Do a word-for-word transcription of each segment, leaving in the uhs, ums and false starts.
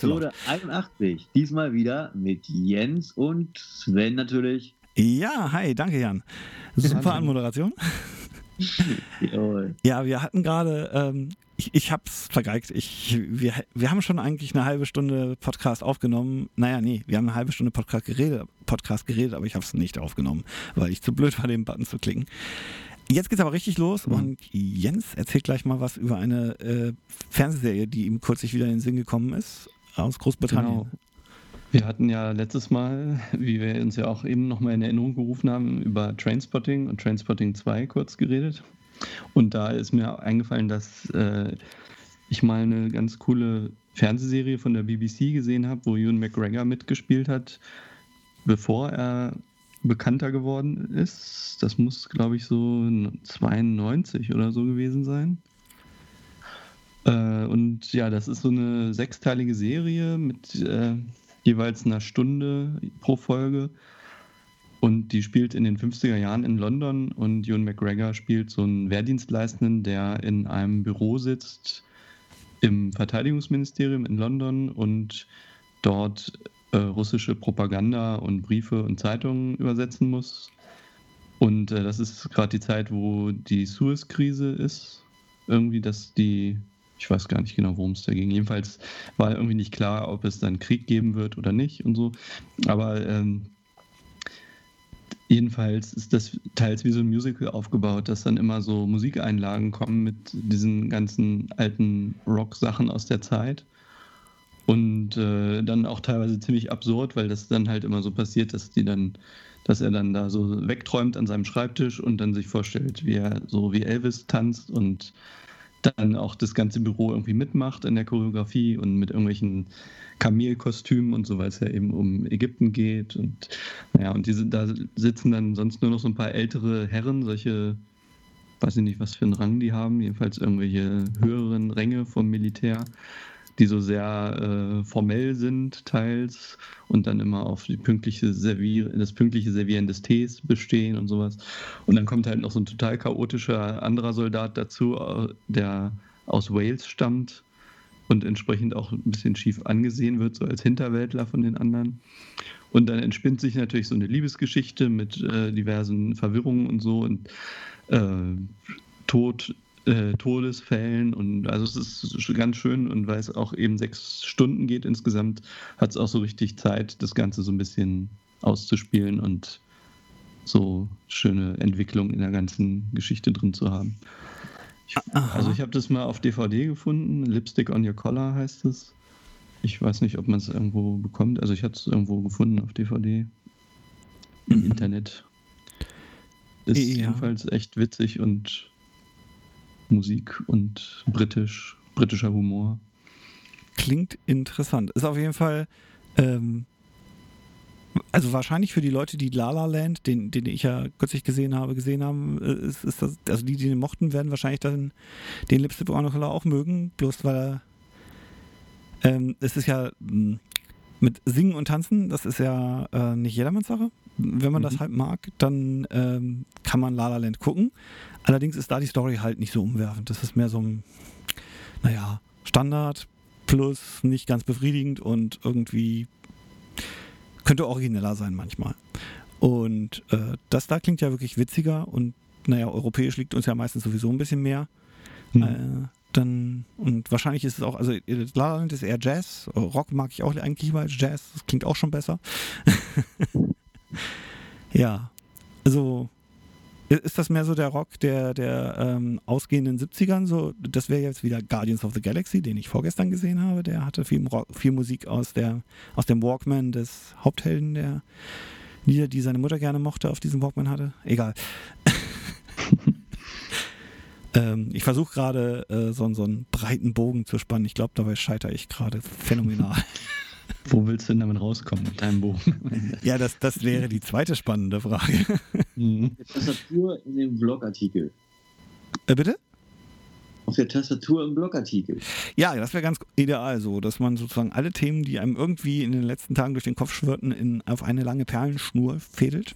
Episode einundachtzig. Diesmal wieder mit Jens und Sven natürlich. Ja, hi, danke Jan. Super Anmoderation. Ja, wir hatten gerade, ähm, ich, ich hab's vergeigt, ich, wir, wir haben schon eigentlich eine halbe Stunde Podcast aufgenommen. Naja, nee, wir haben eine halbe Stunde Podcast geredet, Podcast geredet, aber ich habe es nicht aufgenommen, weil ich zu blöd war, den Button zu klicken. Jetzt geht's aber richtig los mhm. und Jens erzählt gleich mal was über eine äh, Fernsehserie, die ihm kürzlich wieder in den Sinn gekommen ist, aus Großbritannien. Genau. Wir hatten ja letztes Mal, wie wir uns ja auch eben nochmal in Erinnerung gerufen haben, über Trainspotting und Trainspotting zwei kurz geredet. Und da ist mir eingefallen, dass äh, ich mal eine ganz coole Fernsehserie von der B B C gesehen habe, wo Ewan McGregor mitgespielt hat, bevor er bekannter geworden ist. Das muss, glaube ich, so zweiundneunzig oder so gewesen sein. Äh, und ja, das ist so eine sechsteilige Serie mit äh, jeweils einer Stunde pro Folge. Und die spielt in den fünfziger Jahren in London und Ewan McGregor spielt so einen Wehrdienstleistenden, der in einem Büro sitzt im Verteidigungsministerium in London und dort äh, russische Propaganda und Briefe und Zeitungen übersetzen muss. Und äh, das ist gerade die Zeit, wo die Suez-Krise ist. Irgendwie, dass die, ich weiß gar nicht genau, worum es da ging. Jedenfalls war irgendwie nicht klar, ob es dann Krieg geben wird oder nicht und so. Aber ähm, jedenfalls ist das teils wie so ein Musical aufgebaut, dass dann immer so Musikeinlagen kommen mit diesen ganzen alten Rock-Sachen aus der Zeit. Und äh, dann auch teilweise ziemlich absurd, weil das dann halt immer so passiert, dass die dann, dass er dann da so wegträumt an seinem Schreibtisch und dann sich vorstellt, wie er so wie Elvis tanzt und dann auch das ganze Büro irgendwie mitmacht in der Choreografie und mit irgendwelchen Kamelkostümen und so, weil es ja eben um Ägypten geht. Und naja, und diese, da sitzen dann sonst nur noch so ein paar ältere Herren, solche, weiß ich nicht, was für einen Rang die haben, jedenfalls irgendwelche höheren Ränge vom Militär, die so sehr äh, formell sind teils und dann immer auf die pünktliche Servier- das pünktliche Servieren des Tees bestehen und sowas. Und dann kommt halt noch so ein total chaotischer anderer Soldat dazu, der aus Wales stammt und entsprechend auch ein bisschen schief angesehen wird, so als Hinterwäldler von den anderen. Und dann entspinnt sich natürlich so eine Liebesgeschichte mit äh, diversen Verwirrungen und so und äh, Tod Äh, Todesfällen und also es ist ganz schön und weil es auch eben sechs Stunden geht insgesamt, hat es auch so richtig Zeit, das Ganze so ein bisschen auszuspielen und so schöne Entwicklung in der ganzen Geschichte drin zu haben. Ich, also ich habe das mal auf D V D gefunden, Lipstick on Your Collar heißt es. Ich weiß nicht, ob man es irgendwo bekommt, also ich habe es irgendwo gefunden auf D V D im mhm. Internet. Ist ja. jedenfalls echt witzig und Musik und britisch, britischer Humor. Klingt interessant. Ist auf jeden Fall, ähm, also wahrscheinlich für die Leute, die La La Land, den, den ich ja kürzlich gesehen habe, gesehen haben, ist, ist das, also die, die den mochten, werden wahrscheinlich dann den Lipstick on the Collar auch mögen, bloß weil ähm, es ist ja mh, mit Singen und Tanzen, das ist ja äh, nicht jedermanns Sache. Wenn man mhm. das halt mag, dann ähm, kann man La La Land gucken. Allerdings ist da die Story halt nicht so umwerfend. Das ist mehr so ein, naja, Standard plus nicht ganz befriedigend und irgendwie könnte origineller sein manchmal. Und äh, das da klingt ja wirklich witziger und naja, europäisch liegt uns ja meistens sowieso ein bisschen mehr. Mhm. Äh, dann, und wahrscheinlich ist es auch, also La La Land ist eher Jazz, Rock mag ich auch eigentlich lieber als Jazz, das klingt auch schon besser. Ja, also ist das mehr so der Rock der, der ähm, ausgehenden siebzigern? So, das wäre jetzt wieder Guardians of the Galaxy, den ich vorgestern gesehen habe. Der hatte viel, Rock, viel Musik aus, der, aus dem Walkman des Haupthelden, der Lieder, die seine Mutter gerne mochte, auf diesem Walkman hatte. Egal. ähm, ich versuche gerade äh, so, so einen breiten Bogen zu spannen. Ich glaube, dabei scheitere ich gerade phänomenal. Wo willst du denn damit rauskommen mit deinem Bogen? Ja, das, das wäre die zweite spannende Frage. Mhm. Tastatur in dem Blogartikel. Äh, bitte? Auf der Tastatur im Blogartikel. Ja, das wäre ganz ideal so, dass man sozusagen alle Themen, die einem irgendwie in den letzten Tagen durch den Kopf schwirrten, in, auf eine lange Perlenschnur fädelt.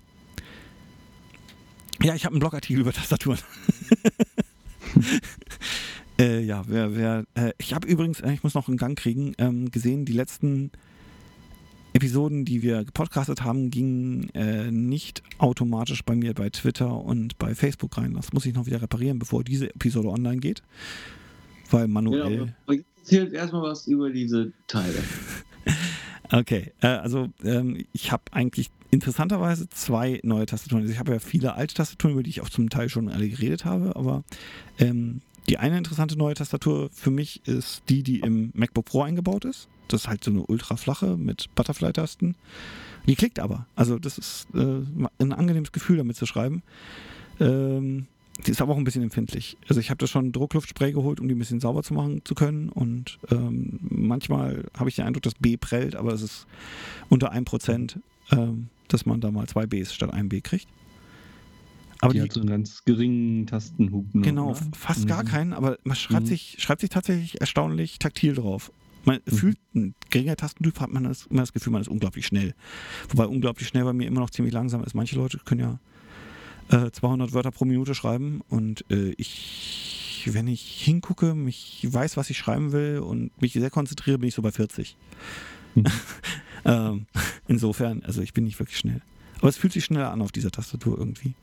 Ja, ich habe einen Blogartikel über Tastaturen. äh, Äh, ja, wer, wer, äh, ich habe übrigens, äh, ich muss noch einen Gang kriegen, ähm, gesehen, die letzten Episoden, die wir gepodcastet haben, gingen äh, nicht automatisch bei mir bei Twitter und bei Facebook rein. Das muss ich noch wieder reparieren, bevor diese Episode online geht. Weil manuell... Genau, aber jetzt erzählt erstmal was über diese Teile. Okay, äh, also ähm, ich habe eigentlich interessanterweise zwei neue Tastaturen. Also ich habe ja viele alte Tastaturen, über die ich auch zum Teil schon alle geredet habe, aber ähm, die eine interessante neue Tastatur für mich ist die, die im MacBook Pro eingebaut ist. Das ist halt so eine ultra flache mit Butterfly-Tasten. Die klickt aber. Also das ist äh, ein angenehmes Gefühl, damit zu schreiben. Ähm, die ist aber auch ein bisschen empfindlich. Also ich habe da schon Druckluftspray geholt, um die ein bisschen sauber zu machen zu können. Und ähm, manchmal habe ich den Eindruck, dass B prellt, aber es ist unter ein Prozent, ähm, dass man da mal zwei Bs statt ein B kriegt. Aber die, die hat so einen ganz geringen Tastenhub. Noch, genau, oder? fast mhm. gar keinen, aber man schreibt, Mhm. sich, schreibt sich tatsächlich erstaunlich taktil drauf. Man Mhm. fühlt, ein geringer Tastentyp hat man das, immer das Gefühl, man ist unglaublich schnell. Wobei unglaublich schnell bei mir immer noch ziemlich langsam ist. Manche Leute können ja äh, zweihundert Wörter pro Minute schreiben und äh, ich, wenn ich hingucke, mich weiß, was ich schreiben will und mich sehr konzentriere, bin ich so bei vierzig. Mhm. ähm, insofern, also ich bin nicht wirklich schnell. Aber es fühlt sich schneller an auf dieser Tastatur irgendwie.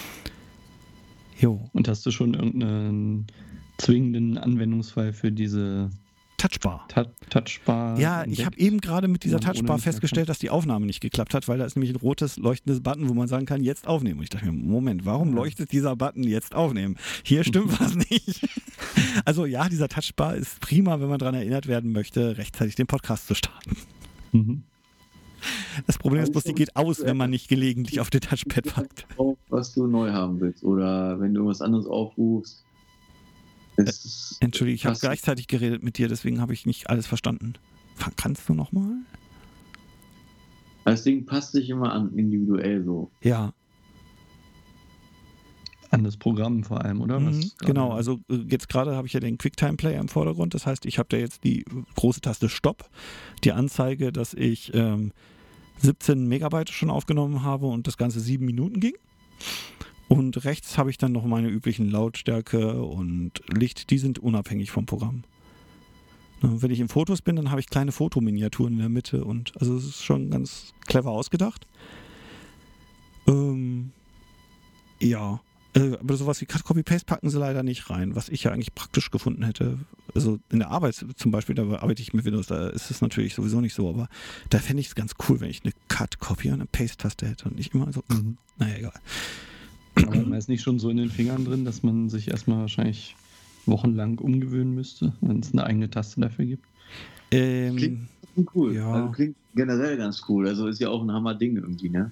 Jo. Und hast du schon irgendeinen zwingenden Anwendungsfall für diese Touchbar. Ta- Touchbar? Ja, ich entdeckt? habe eben gerade mit dieser Wo man ohne Touchbar nicht mehr festgestellt, dass die Aufnahme nicht geklappt hat, weil da ist nämlich ein rotes leuchtendes Button, wo man sagen kann, jetzt aufnehmen. Und ich dachte mir, Moment, warum Ja. leuchtet dieser Button jetzt aufnehmen? Hier stimmt was nicht. Also ja, dieser Touchbar ist prima, wenn man daran erinnert werden möchte, rechtzeitig den Podcast zu starten. Mhm. Das Problem ist bloß, die geht aus, wenn man nicht gelegentlich auf den Touchpad packt. Auf, was du neu haben willst. Oder wenn du irgendwas anderes aufrufst. Es ist, Entschuldige, ich habe passt- gleichzeitig geredet mit dir, deswegen habe ich nicht alles verstanden. Kannst du nochmal? Das Ding passt sich immer an, individuell so. Ja, An das Programm vor allem, oder? Mhm, Was gerade- genau, also äh, jetzt gerade habe ich ja den QuickTime-Player im Vordergrund. Das heißt, ich habe da jetzt die große Taste Stopp, die Anzeige, dass ich ähm, siebzehn Megabyte schon aufgenommen habe und das Ganze sieben Minuten ging. Und rechts habe ich dann noch meine üblichen Lautstärke und Licht, die sind unabhängig vom Programm. Na, wenn ich in Fotos bin, dann habe ich kleine Fotominiaturen in der Mitte und also es ist schon ganz clever ausgedacht. Ähm, ja. Äh, aber sowas wie Cut-Copy-Paste packen sie leider nicht rein, was ich ja eigentlich praktisch gefunden hätte. Also in der Arbeit zum Beispiel, da arbeite ich mit Windows, da ist es natürlich sowieso nicht so, aber da fände ich es ganz cool, wenn ich eine Cut-Copy und eine Paste-Taste hätte und nicht immer so, Mhm. naja, egal. Aber man ist nicht schon so in den Fingern drin, dass man sich erstmal wahrscheinlich wochenlang umgewöhnen müsste, wenn es eine eigene Taste dafür gibt. Ähm, Klingt cool. ja. Also klingt generell ganz cool. Also ist ja auch ein Hammer-Ding irgendwie, ne?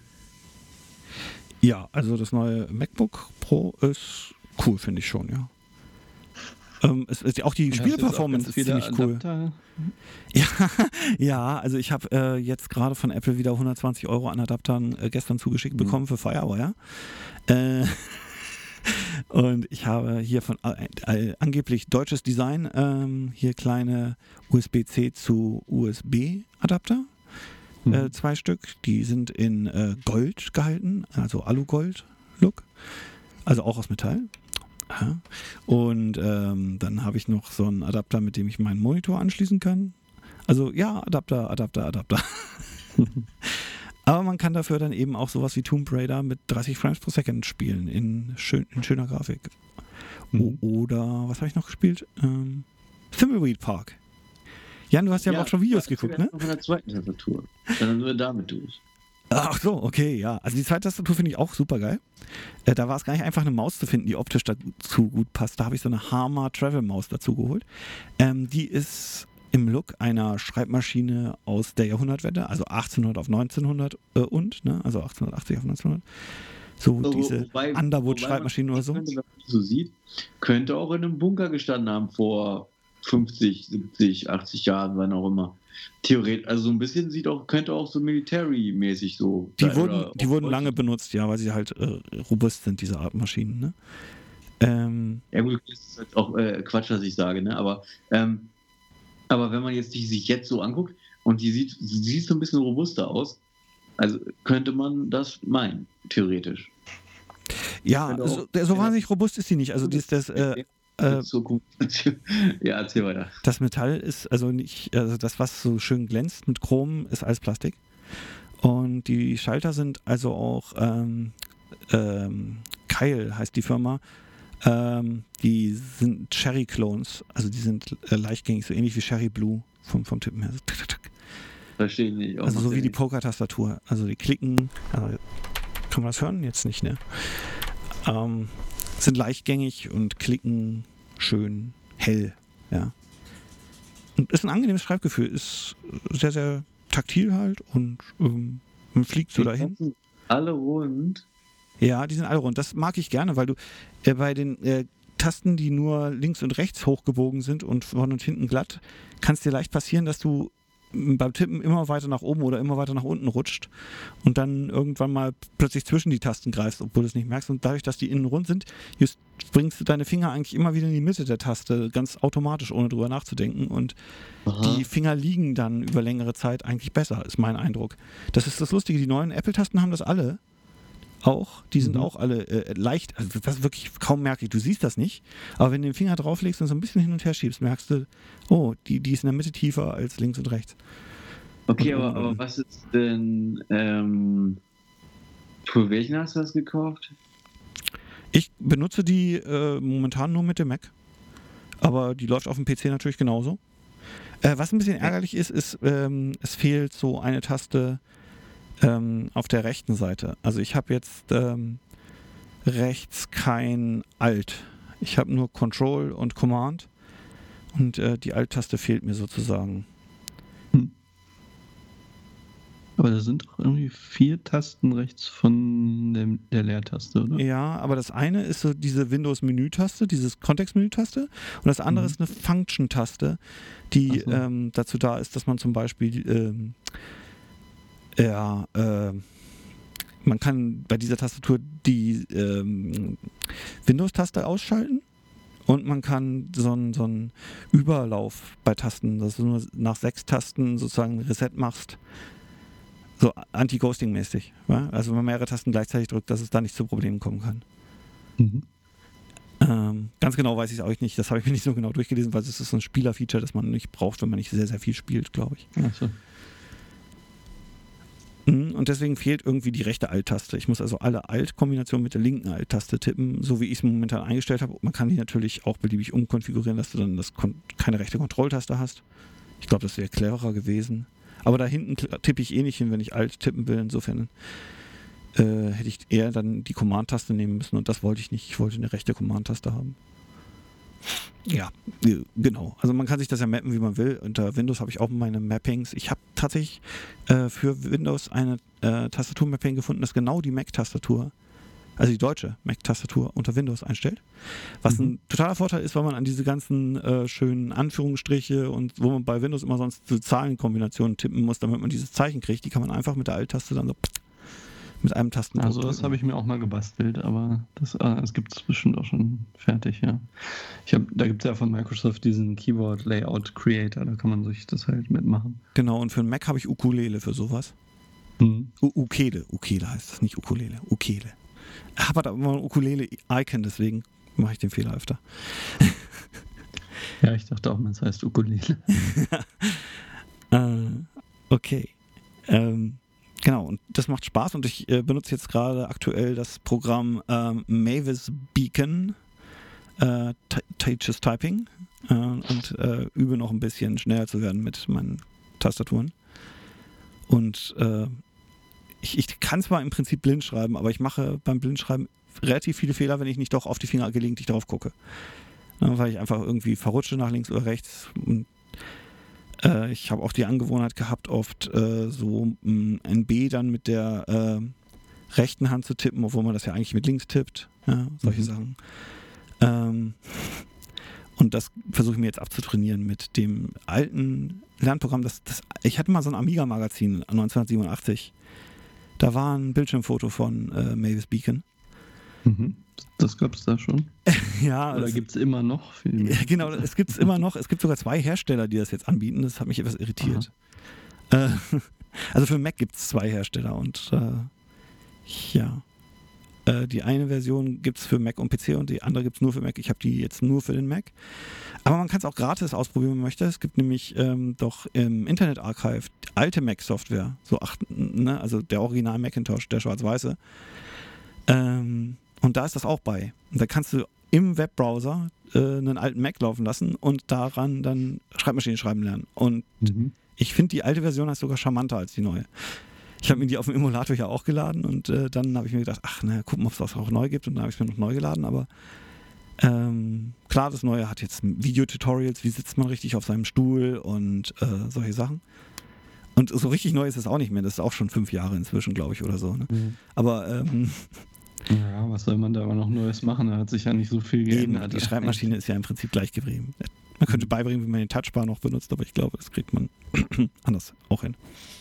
ja, also das neue MacBook Pro ist cool, finde ich schon, ja. Ähm, es ist auch die Und hast jetzt auch Spielperformance ganz ist viele ziemlich cool. Adapter? Ja, ja, also ich habe äh, jetzt gerade von Apple wieder hundertzwanzig Euro an Adaptern äh, gestern zugeschickt Mhm. bekommen für Firewire. Äh, und ich habe hier von äh, äh, angeblich deutsches Design ähm, hier kleine U S B C zu U S B Adapter. Mhm. Äh, zwei Stück, die sind in äh, Gold gehalten, also Alu-Gold-Look, also auch aus Metall. Ja. Und ähm, dann habe ich noch so einen Adapter, mit dem ich meinen Monitor anschließen kann. Also ja, Adapter, Adapter, Adapter. Aber man kann dafür dann eben auch sowas wie Tomb Raider mit dreißig Frames pro Second spielen, in, schön, in schöner Grafik. Mhm. O oder, was habe ich noch gespielt? Ähm, Thimbleweed Park. Jan, du hast ja, auch schon Videos geguckt, ne? Noch in der zweiten Tastatur. Dann sind wir damit durch. Ach so, okay, ja. Also die zweite Tastatur finde ich auch super geil. Äh, da war es gar nicht einfach, eine Maus zu finden, die optisch dazu gut passt. Da habe ich so eine Harma Travel Maus dazu geholt. Ähm, die ist im Look einer Schreibmaschine aus der Jahrhundertwende, also achtzehnhundert auf neunzehnhundert äh, und, ne? Also achtzehnhundertachtzig auf neunzehnhundert. So So, diese wobei- Underwood-Schreibmaschinen wobei man- oder so. Könnte, wenn man das so sieht, könnte auch in einem Bunker gestanden haben vor fünfzig, siebzig, achtzig Jahren, wann auch immer. Theoretisch, also so ein bisschen sieht auch, könnte auch so military-mäßig so Die sein, wurden, oder die auch wurden heute. lange benutzt, ja, weil sie halt äh, robust sind, diese Art Maschinen, ne? Ähm, Ja gut, das ist halt auch äh, Quatsch, was ich sage, ne? Aber, ähm, aber wenn man jetzt die sich jetzt so anguckt und die sieht, sie sieht so ein bisschen robuster aus, also könnte man das meinen, theoretisch. ja, Könnte auch- so, der- so ja. wahnsinnig robust ist sie nicht. Also das, das, äh, Äh, so ja, erzähl weiter. Das Metall ist also nicht, also das, was so schön glänzt mit Chrom, ist alles Plastik. Und die Schalter sind also auch ähm, ähm, Keil heißt die Firma. Ähm, die sind Cherry Clones, also die sind äh, leichtgängig, so ähnlich wie Cherry Blue vom, vom Tippen her. Verstehe ich nicht. Also so wie die Poker-Tastatur. Also die klicken, also, kann man das hören? Jetzt nicht, ne? Ähm, sind leichtgängig und klicken schön hell, ja. Und ist ein angenehmes Schreibgefühl, ist sehr, sehr taktil halt und ähm, man fliegt so die dahin. sind alle rund. Ja, die sind alle rund. Das mag ich gerne, weil du äh, bei den äh, Tasten, die nur links und rechts hochgebogen sind und vorne und hinten glatt, kann es dir leicht passieren, dass du beim Tippen immer weiter nach oben oder immer weiter nach unten rutscht und dann irgendwann mal plötzlich zwischen die Tasten greifst, obwohl du es nicht merkst. Und dadurch, dass die innen rund sind, just bringst du deine Finger eigentlich immer wieder in die Mitte der Taste, ganz automatisch, ohne drüber nachzudenken. Und Aha. die Finger liegen dann über längere Zeit eigentlich besser, ist mein Eindruck. Das ist das Lustige, die neuen Apple-Tasten haben das alle. Auch, die sind Mhm. auch alle äh, leicht, also das ist wirklich kaum merklich, du siehst das nicht, aber wenn du den Finger drauflegst und so ein bisschen hin und her schiebst, merkst du, oh, die, die ist in der Mitte tiefer als links und rechts. Okay, Und, aber, und, aber und. was ist denn, ähm, für welchen hast du das gekauft? Ich benutze die äh, momentan nur mit dem Mac, aber die läuft auf dem P C natürlich genauso. Äh, was ein bisschen ärgerlich ist, ist, ähm, es fehlt so eine Taste ähm, auf der rechten Seite. Also ich habe jetzt ähm, rechts kein Alt. Ich habe nur Control und Command und äh, die Alt-Taste fehlt mir sozusagen. Aber da sind doch irgendwie vier Tasten rechts von dem, der Leertaste, oder? Ja, aber das eine ist so diese Windows-Menü-Taste, dieses Kontext-Menü-Taste und das andere Mhm. ist eine Function-Taste, die Ach so. ähm, dazu da ist, dass man zum Beispiel ähm, ja, äh, man kann bei dieser Tastatur die ähm, Windows-Taste ausschalten und man kann so einen so einen Überlauf bei Tasten, dass du nur nach sechs Tasten sozusagen Reset machst. So Anti-Ghosting-mäßig. Ja? Also wenn man mehrere Tasten gleichzeitig drückt, dass es da nicht zu Problemen kommen kann. Mhm. Ähm, ganz genau weiß ich es auch nicht. Das habe ich mir nicht so genau durchgelesen, weil es ist so ein Spieler-Feature, das man nicht braucht, wenn man nicht sehr, sehr viel spielt, glaube ich. Ach so. Mhm, und deswegen fehlt irgendwie die rechte Alt-Taste. Ich muss also alle Alt-Kombinationen mit der linken Alt-Taste tippen, so wie ich es momentan eingestellt habe. Man kann die natürlich auch beliebig umkonfigurieren, dass du dann das kon- keine rechte Kontrolltaste hast. Ich glaube, das wäre cleverer gewesen. Aber da hinten kl- tippe ich eh nicht hin, wenn ich Alt tippen will. Insofern äh, hätte ich eher dann die Command-Taste nehmen müssen und das wollte ich nicht. Ich wollte eine rechte Command-Taste haben. Ja, äh, genau. Also man kann sich das ja mappen, wie man will. Unter Windows habe ich auch meine Mappings. Ich habe tatsächlich äh, für Windows eine äh, Tastatur-Mapping gefunden, das genau die Mac-Tastatur, also die deutsche Mac-Tastatur unter Windows einstellt. Was Mhm. ein totaler Vorteil ist, weil man an diese ganzen äh, schönen Anführungsstriche und wo man bei Windows immer sonst so Zahlenkombinationen tippen muss, damit man dieses Zeichen kriegt, die kann man einfach mit der Alt-Taste dann so mit einem Tastendruck Also das drücken. habe ich mir auch mal gebastelt, aber das, äh, das gibt es bestimmt auch schon fertig, ja. Ich hab, da gibt es ja von Microsoft diesen Keyboard Layout Creator, da kann man sich das halt mitmachen. Genau, und für einen Mac habe ich Ukulele für sowas. Mhm. U Ukele, Ukele heißt das, nicht Ukulele, Ukele. Ich habe aber immer ein Ukulele-Icon, deswegen mache ich den Fehler öfter. Ja, ich dachte auch, es heißt Ukulele. äh, okay. Ähm, genau, und das macht Spaß und ich äh, benutze jetzt gerade aktuell das Programm ähm, Mavis Beacon äh, Teaches Typing äh, und äh, übe noch ein bisschen schneller zu werden mit meinen Tastaturen. Und äh, ich, ich kann zwar im Prinzip blind schreiben, aber ich mache beim Blindschreiben relativ viele Fehler, wenn ich nicht doch auf die Finger gelegentlich drauf gucke. Ja, weil ich einfach irgendwie verrutsche nach links oder rechts. Und, äh, ich habe auch die Angewohnheit gehabt, oft äh, so mh, ein B dann mit der äh, rechten Hand zu tippen, obwohl man das ja eigentlich mit links tippt. Ja, solche Mhm. Sachen. Ähm, und das versuche ich mir jetzt abzutrainieren mit dem alten Lernprogramm. Das, das, ich hatte mal so ein Amiga-Magazin neunzehnhundertsiebenundachtzig. Da war ein Bildschirmfoto von äh, Mavis Beacon. Mhm. Das gab es da schon. Ja, Oder das- gibt es immer noch? Viel mehr? Ja, genau, es gibt es immer noch. Es gibt sogar zwei Hersteller, die das jetzt anbieten. Das hat mich etwas irritiert. Äh, also für Mac gibt es zwei Hersteller und äh, ja. Äh, Äh, die eine Version gibt es für Mac und P C und die andere gibt es nur für Mac. Ich habe die jetzt nur für den Mac. Aber man kann es auch gratis ausprobieren, wenn man möchte. Es gibt nämlich ähm, doch im Internet Archive alte Mac-Software, so acht, ne? Also der Original Macintosh, der schwarz-weiße. Ähm, und da ist das auch bei. Und da kannst du im Webbrowser äh, einen alten Mac laufen lassen und daran dann Schreibmaschinen schreiben lernen. Und Mhm. ich finde, die alte Version ist sogar charmanter als die neue. Ich habe mir die auf dem Emulator ja auch geladen und äh, dann habe ich mir gedacht, ach, naja, gucken, ob es das auch neu gibt. Und dann habe ich es mir noch neu geladen. Aber ähm, klar, das Neue hat jetzt Videotutorials, wie sitzt man richtig auf seinem Stuhl und äh, solche Sachen. Und so richtig neu ist es auch nicht mehr. Das ist auch schon fünf Jahre inzwischen, glaube ich, oder so. Ne? Mhm. Aber ähm, Ja, was soll man da aber noch Neues machen? Da hat sich ja nicht so viel eben, geändert. die Schreibmaschine ist ja im Prinzip gleich geblieben. Man könnte beibringen, wie man den Touchbar noch benutzt, aber ich glaube, das kriegt man anders auch hin.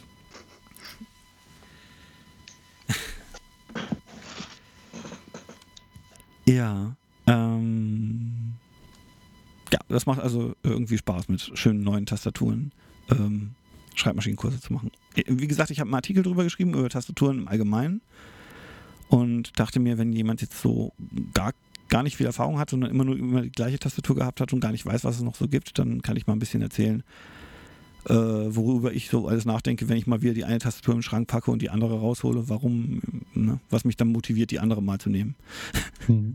Ja, ähm, ja, das macht also irgendwie Spaß, mit schönen neuen Tastaturen ähm, Schreibmaschinenkurse zu machen. Wie gesagt, ich habe einen Artikel drüber geschrieben, über Tastaturen im Allgemeinen und dachte mir, wenn jemand jetzt so gar, gar nicht viel Erfahrung hat und dann immer nur immer die gleiche Tastatur gehabt hat und gar nicht weiß, was es noch so gibt, dann kann ich mal ein bisschen erzählen, äh, worüber ich so alles nachdenke, wenn ich mal wieder die eine Tastatur im Schrank packe und die andere raushole, warum, ne, was mich dann motiviert, die andere mal zu nehmen. Mhm.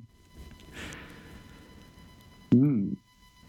Hm.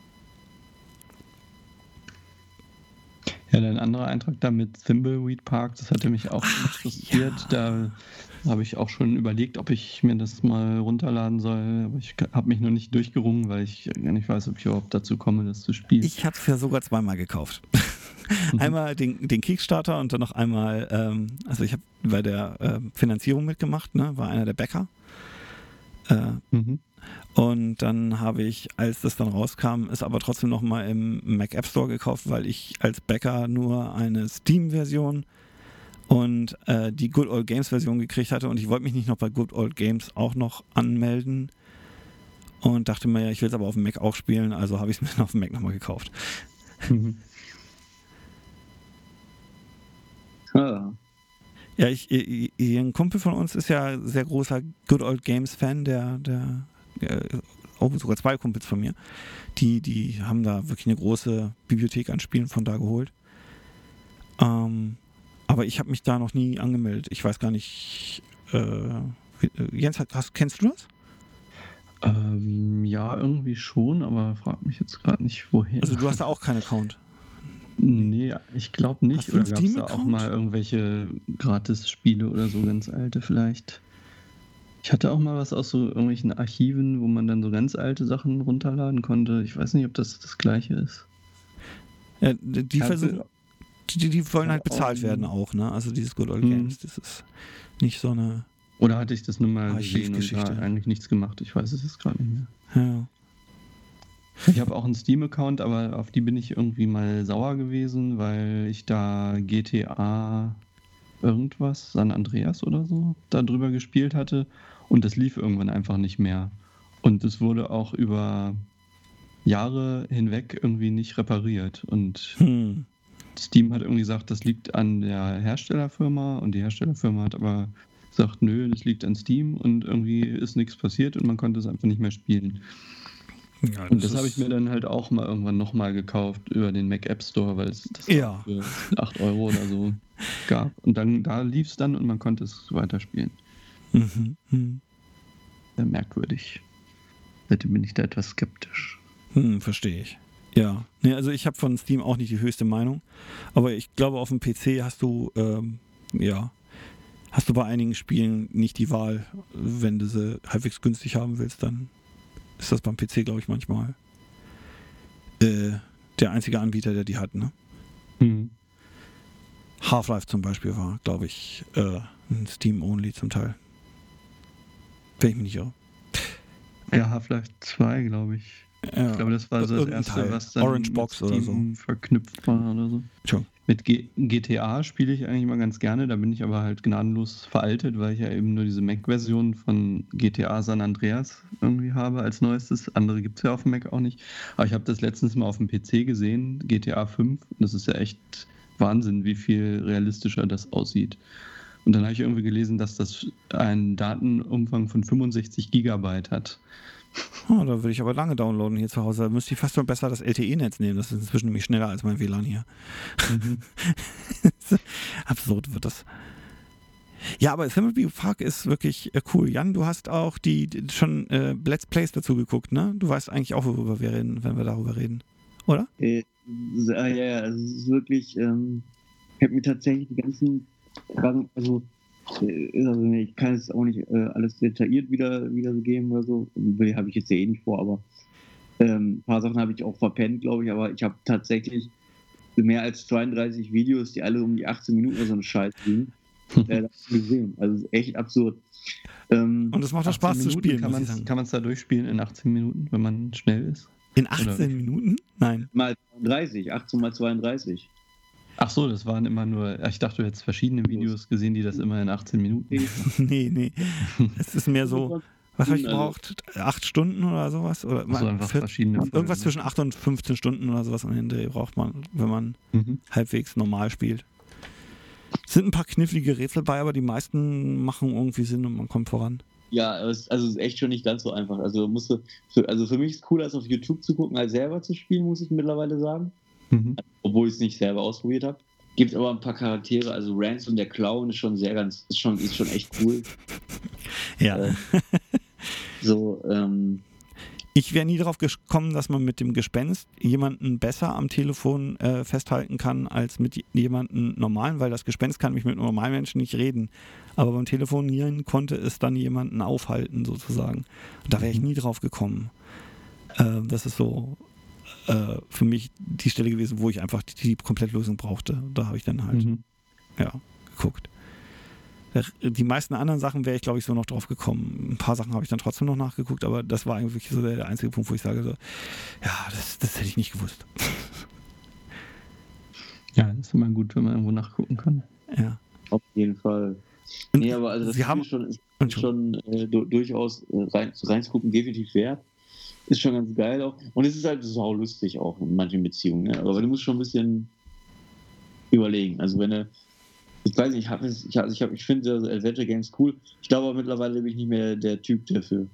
Ja, dein anderer Eintrag da mit Thimbleweed Park, das hatte mich auch Ach, interessiert. ja. Da habe ich auch schon überlegt, ob ich mir das mal runterladen soll. Aber ich habe mich noch nicht durchgerungen, weil ich gar nicht weiß, ob ich überhaupt dazu komme, das zu spielen. Ich habe es ja sogar zweimal gekauft. Einmal den, den Kickstarter und dann noch einmal, ähm, also ich habe bei der äh, Finanzierung mitgemacht, ne, war einer der Bäcker. Äh, Mhm. Und dann habe ich, als das dann rauskam, es aber trotzdem nochmal im Mac App Store gekauft, weil ich als Bäcker nur eine Steam-Version und äh, die Good Old Games-Version gekriegt hatte und ich wollte mich nicht noch bei Good Old Games auch noch anmelden und dachte mir, ja, ich will es aber auf dem Mac auch spielen, also habe ich es mir dann auf dem Mac nochmal gekauft. Mhm. Ja. Ja, ich, ich, ich, ein Kumpel von uns ist ja sehr großer Good Old Games Fan, der, der, der oh, sogar zwei Kumpels von mir, die, die haben da wirklich eine große Bibliothek an Spielen von da geholt. Ähm, aber ich habe mich da noch nie angemeldet. Ich weiß gar nicht, äh, wie, äh, Jens, hast, kennst du das? Ähm, ja, irgendwie schon, aber frag mich jetzt gerade nicht, woher. Also du hast da auch keinen Account. Nee, ich glaube nicht. Hast du einen Oder gab es da auch Steam-Account? mal irgendwelche Gratis-Spiele oder so, ganz alte vielleicht? Ich hatte auch mal was aus so irgendwelchen Archiven, wo man dann so ganz alte Sachen runterladen konnte. Ich weiß nicht, ob das das gleiche ist. Ja, die, die, Ich hatte- versuchen, die, die wollen halt Ja, bezahlt auch- werden auch, ne? Also dieses Good Old Mhm. Games, das ist nicht so eine, Oder hatte ich das nur mal gesehen und Archivgeschichte. da eigentlich nichts gemacht? Ich weiß es jetzt gerade nicht mehr. ja. Ich habe auch einen Steam-Account, aber auf die bin ich irgendwie mal sauer gewesen, weil ich da G T A irgendwas, San Andreas oder so, da drüber gespielt hatte und das lief irgendwann einfach nicht mehr. Und es wurde auch über Jahre hinweg irgendwie nicht repariert. Und Hm. Steam hat irgendwie gesagt, das liegt an der Herstellerfirma und die Herstellerfirma hat aber gesagt, nö, das liegt an Steam und irgendwie ist nichts passiert und man konnte es einfach nicht mehr spielen. Ja, Und das ist- habe ich mir dann halt auch mal irgendwann nochmal gekauft über den Mac App Store, weil es das Ja. für acht Euro oder so gab. Und dann da lief es dann und man konnte es weiterspielen. Mhm. Mhm. Sehr merkwürdig. Seitdem bin ich da etwas skeptisch. Hm, verstehe ich. Ja, nee, also ich habe von Steam auch nicht die höchste Meinung, aber ich glaube, auf dem P C hast du, ähm, ja, hast du bei einigen Spielen nicht die Wahl. Wenn du sie halbwegs günstig haben willst, dann ist das beim P C, glaube ich, manchmal äh, der einzige Anbieter, der die hat, ne? Hm. Half-Life zum Beispiel war, glaube ich, äh, ein Steam-Only zum Teil. Wenn ich mich nicht irre. Ja, Half-Life zwei, glaube ich. Ja. Ich glaube, das war so das Irgendein erste, Teil. was dann Orange mit Box oder Steam verknüpft war oder so. Schon. Mit G GTA spiele ich eigentlich mal ganz gerne, da bin ich aber halt gnadenlos veraltet, weil ich ja eben nur diese Mac-Version von G T A San Andreas irgendwie habe als neuestes. Andere gibt es ja auf dem Mac auch nicht. Aber ich habe das letztens mal auf dem P C gesehen, G T A fünf. Und das ist ja echt Wahnsinn, wie viel realistischer das aussieht. Und dann habe ich irgendwie gelesen, dass das einen Datenumfang von fünfundsechzig Gigabyte hat. Oh, da würde ich aber lange downloaden hier zu Hause. Da müsste ich fast noch besser das L T E-Netz nehmen. Das ist inzwischen nämlich schneller als mein W L A N hier. Mhm. Absurd wird das. Ja, aber Thimbleweed Park ist wirklich äh, cool. Jan, du hast auch die, die schon äh, Let's Plays dazu geguckt, ne? Du weißt eigentlich auch, worüber wir reden, wenn wir darüber reden, oder? Äh, ja, ja, also es ist wirklich, ähm, ich habe mir tatsächlich die ganzen Fragen, also, äh, also ich kann es auch nicht äh, alles detailliert wieder, wieder so geben oder so, habe ich jetzt ja eh nicht vor, aber ähm, ein paar Sachen habe ich auch verpennt, glaube ich, aber ich habe tatsächlich mehr als zweiunddreißig Videos, die alle um die achtzehn Minuten oder so einen Scheiß gehen, äh, gesehen. Also es ist echt absurd. Ähm, Und es macht auch Spaß zu spielen, kann muss ich man's, sagen. kann man es da durchspielen in achtzehn Minuten, wenn man schnell ist? In achtzehn Minuten? Nein. mal zweiunddreißig, achtzehn mal zweiunddreißig. Ach so, das waren immer nur, ich dachte, du hättest verschiedene Videos gesehen, die das immer in achtzehn Minuten machen. nee, nee. Es ist mehr so, was habe ich gebraucht? Acht Stunden oder sowas? Oder Also einfach vier, verschiedene irgendwas Folgen. zwischen acht und fünfzehn Stunden oder sowas an den Dreh braucht man, wenn man Mhm. halbwegs normal spielt. Es sind ein paar knifflige Rätsel bei, aber die meisten machen irgendwie Sinn und man kommt voran. Ja, es, also es ist echt schon nicht ganz so einfach. Also musst du, für, also für mich ist es cooler, als auf YouTube zu gucken, als selber zu spielen, muss ich mittlerweile sagen. Mhm. Obwohl ich es nicht selber ausprobiert habe. Gibt aber ein paar Charaktere, also Ransom der Clown ist schon sehr ganz, ist schon, ist schon echt cool. Ja. Äh, so, ähm, Ich wäre nie darauf gekommen, dass man mit dem Gespenst jemanden besser am Telefon äh, festhalten kann als mit jemandem normalen, weil das Gespenst kann mich mit normalen Menschen nicht reden. Aber beim Telefonieren konnte es dann jemanden aufhalten, sozusagen. Und da wäre ich nie drauf gekommen. Äh, das ist so äh, für mich die Stelle gewesen, wo ich einfach die, die Komplettlösung brauchte. Da habe ich dann halt Mhm. ja, geguckt. Die meisten anderen Sachen wäre ich, glaube ich, so noch drauf gekommen. Ein paar Sachen habe ich dann trotzdem noch nachgeguckt, aber das war eigentlich so der einzige Punkt, wo ich sage, so, ja, das, das hätte ich nicht gewusst. Ja, das ist immer gut, wenn man irgendwo nachgucken kann. Ja. auf jeden Fall. Und Nee, aber also das Sie Spiel haben- ist schon, ist Entschuldigung. schon äh, du, durchaus äh, rein, reinzugucken definitiv wert. Ist schon ganz geil auch. Und es ist halt sau lustig auch in manchen Beziehungen. Ne? Aber du musst schon ein bisschen überlegen. Also wenn du, ich weiß nicht, ich, hab, es- ich, hab- ich, hab, ich finde also Adventure Games cool. Ich glaube aber mittlerweile bin ich nicht mehr der Typ dafür.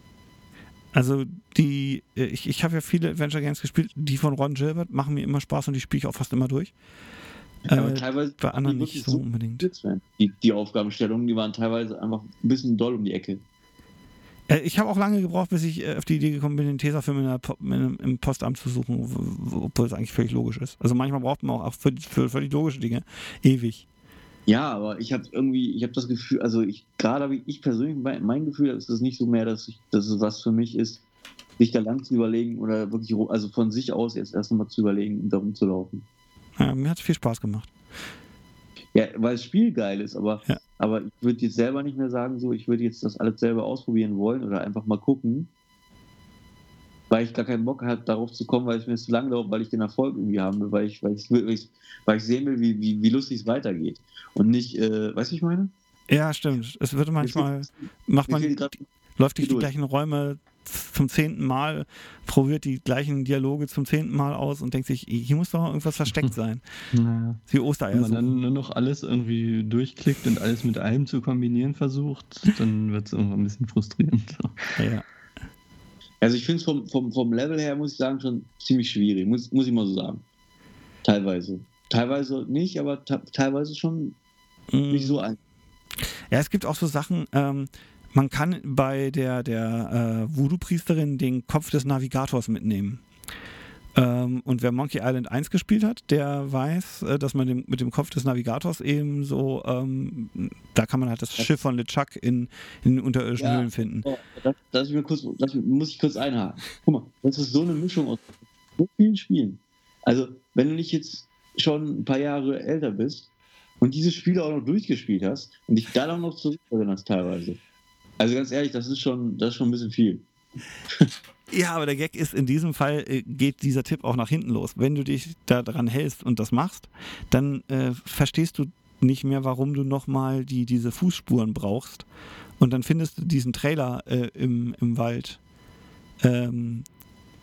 Also die, äh, ich, ich habe ja viele Adventure Games gespielt, die von Ron Gilbert machen mir immer Spaß und die spiele ich auch fast immer durch. Aber Äh, teilweise bei anderen die nicht wirklich so unbedingt. komplex werden. Die, die Aufgabenstellungen, die waren teilweise einfach ein bisschen doll um die Ecke. Äh, ich habe auch lange gebraucht, bis ich äh, auf die Idee gekommen bin, den Tesafilm in der Po- in einem- im Postamt zu suchen, w- w- obwohl es eigentlich völlig logisch ist. Also manchmal braucht man auch für, für völlig logische Dinge ewig. Ja, aber ich habe irgendwie, ich habe das Gefühl, also ich gerade habe ich, ich persönlich mein, mein Gefühl, ist es nicht so mehr, dass ich, dass es was für mich ist, sich da lang zu überlegen oder wirklich, ro- also von sich aus jetzt erst nochmal zu überlegen und da rumzulaufen. Ja, mir hat es viel Spaß gemacht. Ja, weil das Spiel geil ist, aber, Ja. aber ich würde jetzt selber nicht mehr sagen, so, ich würde jetzt das alles selber ausprobieren wollen oder einfach mal gucken, weil ich gar keinen Bock habe, darauf zu kommen, weil es mir zu lang dauert, weil ich den Erfolg irgendwie haben will, weil ich, weil ich, weil ich, weil ich sehen will, wie, wie, wie lustig es weitergeht. Und nicht, äh, weißt du, wie ich meine? Ja, stimmt. Es wird manchmal, macht Mir man, fehlt grad- läuft durch die Geduld. gleichen Räume zum zehnten Mal, probiert die gleichen Dialoge zum zehnten Mal aus und denkt sich, hier muss doch irgendwas versteckt sein. Naja. Wie Wenn Ostereier. man dann suchen. nur noch alles irgendwie durchklickt und alles mit allem zu kombinieren versucht, dann wird es irgendwann ein bisschen frustrierend. Ja. Also ich finde es vom, vom, vom Level her, muss ich sagen, schon ziemlich schwierig, muss, muss ich mal so sagen. Teilweise. Teilweise nicht, aber ta- teilweise schon nicht so einfach. Ja, es gibt auch so Sachen, ähm, man kann bei der, der äh, Voodoo-Priesterin den Kopf des Navigators mitnehmen. Ähm, und wer Monkey Island eins gespielt hat, der weiß, äh, dass man dem, mit dem Kopf des Navigators eben so, ähm, da kann man halt das Schiff von LeChuck in, in den unterirdischen Ja. Höhlen finden. Oh, das, das ich mir kurz, das muss ich kurz einhaken. Guck mal, das ist so eine Mischung aus so vielen Spielen. Also, wenn du nicht jetzt schon ein paar Jahre älter bist und diese Spiele auch noch durchgespielt hast und dich dann auch noch zurückerinnerst teilweise. Also ganz ehrlich, das ist schon, das ist schon ein bisschen viel. Ja, aber der Gag ist, in diesem Fall äh, geht dieser Tipp auch nach hinten los. Wenn du dich da dran hältst und das machst, dann äh, verstehst du nicht mehr, warum du nochmal die, diese Fußspuren brauchst. Und dann findest du diesen Trailer äh, im, im Wald, ähm,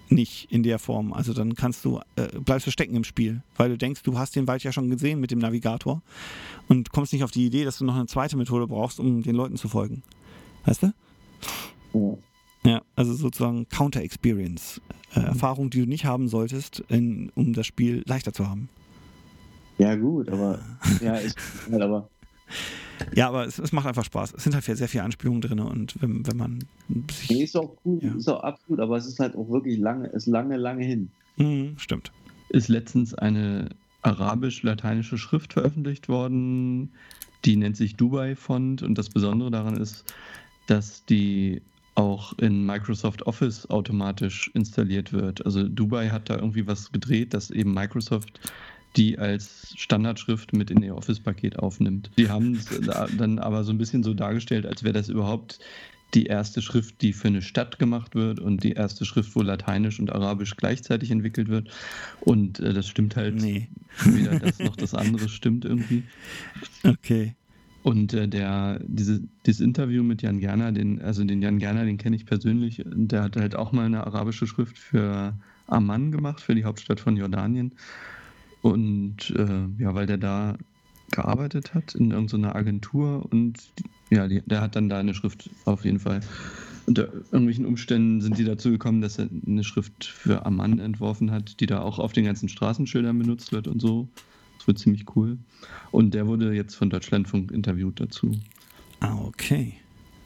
nicht in der Form. Also dann kannst du, äh, bleibst du stecken im Spiel, weil du denkst, du hast den Wald ja schon gesehen mit dem Navigator und kommst nicht auf die Idee, dass du noch eine zweite Methode brauchst, um den Leuten zu folgen. Weißt du? Ja. Ja, also sozusagen Counter-Experience. Äh, Erfahrung, die du nicht haben solltest, in, um das Spiel leichter zu haben. Ja, gut, aber ja, ist halt aber. Ja, aber es, es macht einfach Spaß. Es sind halt sehr viele Anspielungen drin und wenn, wenn man sich. Nee, ist auch cool, ja. ist auch absolut, aber es ist halt auch wirklich lange, ist lange, lange hin. Mhm, stimmt. Ist letztens eine arabisch-lateinische Schrift veröffentlicht worden, die nennt sich Dubai-Font und das Besondere daran ist, dass die auch in Microsoft Office automatisch installiert wird. Also Dubai hat da irgendwie was gedreht, dass eben Microsoft die als Standardschrift mit in ihr Office-Paket aufnimmt. Die haben es dann aber so ein bisschen so dargestellt, als wäre das überhaupt die erste Schrift, die für eine Stadt gemacht wird und die erste Schrift, wo Lateinisch und Arabisch gleichzeitig entwickelt wird. Und äh, das stimmt halt Nee. weder das noch das andere stimmt irgendwie. Okay. Und äh, der, diese, dieses Interview mit Jan Gerner, den, also den Jan Gerner, den kenne ich persönlich, der hat halt auch mal eine arabische Schrift für Amman gemacht, für die Hauptstadt von Jordanien. Und äh, ja, weil der da gearbeitet hat in irgendeiner Agentur und ja, die, der hat dann da eine Schrift auf jeden Fall. Unter irgendwelchen Umständen sind die dazu gekommen, dass er eine Schrift für Amman entworfen hat, die da auch auf den ganzen Straßenschildern benutzt wird und so. Das wird ziemlich cool. Und der wurde jetzt von Deutschlandfunk interviewt dazu. Ah, okay.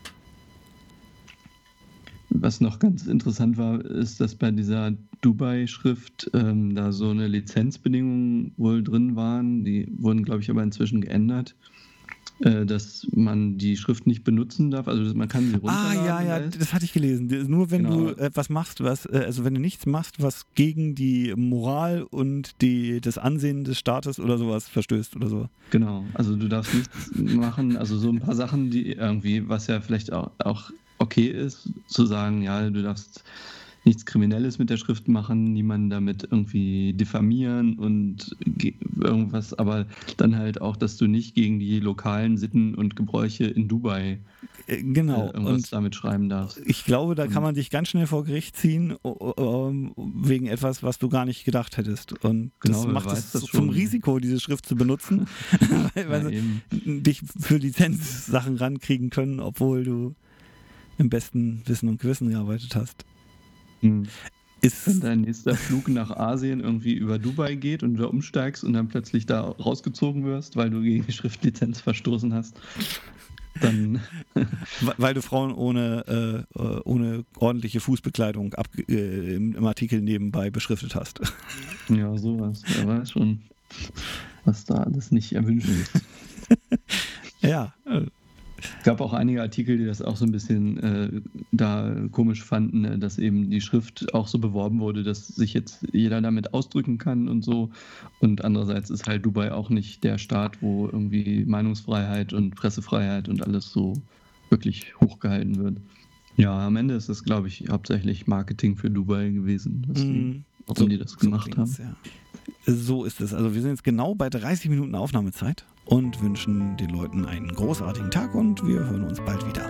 Was noch ganz interessant war, ist, dass bei dieser Dubai-Schrift ähm, da so eine Lizenzbedingungen wohl drin waren. Die wurden, glaube ich, aber inzwischen geändert, äh, dass man die Schrift nicht benutzen darf. Also man kann sie Ah, runterladen. ja, ja, alles. das hatte ich gelesen. Nur wenn Genau. du etwas machst, was, äh, also wenn du nichts machst, was gegen die Moral und die, das Ansehen des Staates oder sowas verstößt oder so. Genau, also du darfst nichts machen, also so ein paar Sachen, die irgendwie, was ja vielleicht auch, auch okay ist, zu sagen, ja, du darfst nichts Kriminelles mit der Schrift machen, niemanden damit irgendwie diffamieren und ge- irgendwas, aber dann halt auch, dass du nicht gegen die lokalen Sitten und Gebräuche in Dubai Äh, Genau. äh, irgendwas Und damit schreiben darfst. ich glaube, da kann Und- man dich ganz schnell vor Gericht ziehen, o- o- ähm, wegen etwas, was du gar nicht gedacht hättest. Und Genau, das wer macht weiß es das zum schon. Risiko, diese Schrift zu benutzen, weil, weil Ja, sie eben. dich für Lizenzsachen rankriegen können, obwohl du im besten Wissen und Gewissen gearbeitet hast. Hm. Wenn Ist, dein nächster Flug nach Asien irgendwie über Dubai geht und du da umsteigst und dann plötzlich da rausgezogen wirst, weil du gegen die Schriftlizenz verstoßen hast, dann weil du Frauen ohne, äh, ohne ordentliche Fußbekleidung ab, äh, im, im Artikel nebenbei beschriftet hast. ja, sowas. Wer weiß schon, was da alles nicht erwünscht ist. Ja, äh, Es gab auch einige Artikel, die das auch so ein bisschen äh, da komisch fanden, äh, dass eben die Schrift auch so beworben wurde, dass sich jetzt jeder damit ausdrücken kann und so. Und andererseits ist halt Dubai auch nicht der Staat, wo irgendwie Meinungsfreiheit und Pressefreiheit und alles so wirklich hochgehalten wird. Ja, am Ende ist es, glaube ich, hauptsächlich Marketing für Dubai gewesen, was die, mm, warum so- die das so gemacht haben. klingt's, ja. So ist es. Also wir sind jetzt genau bei dreißig Minuten Aufnahmezeit und wünschen den Leuten einen großartigen Tag und wir hören uns bald wieder.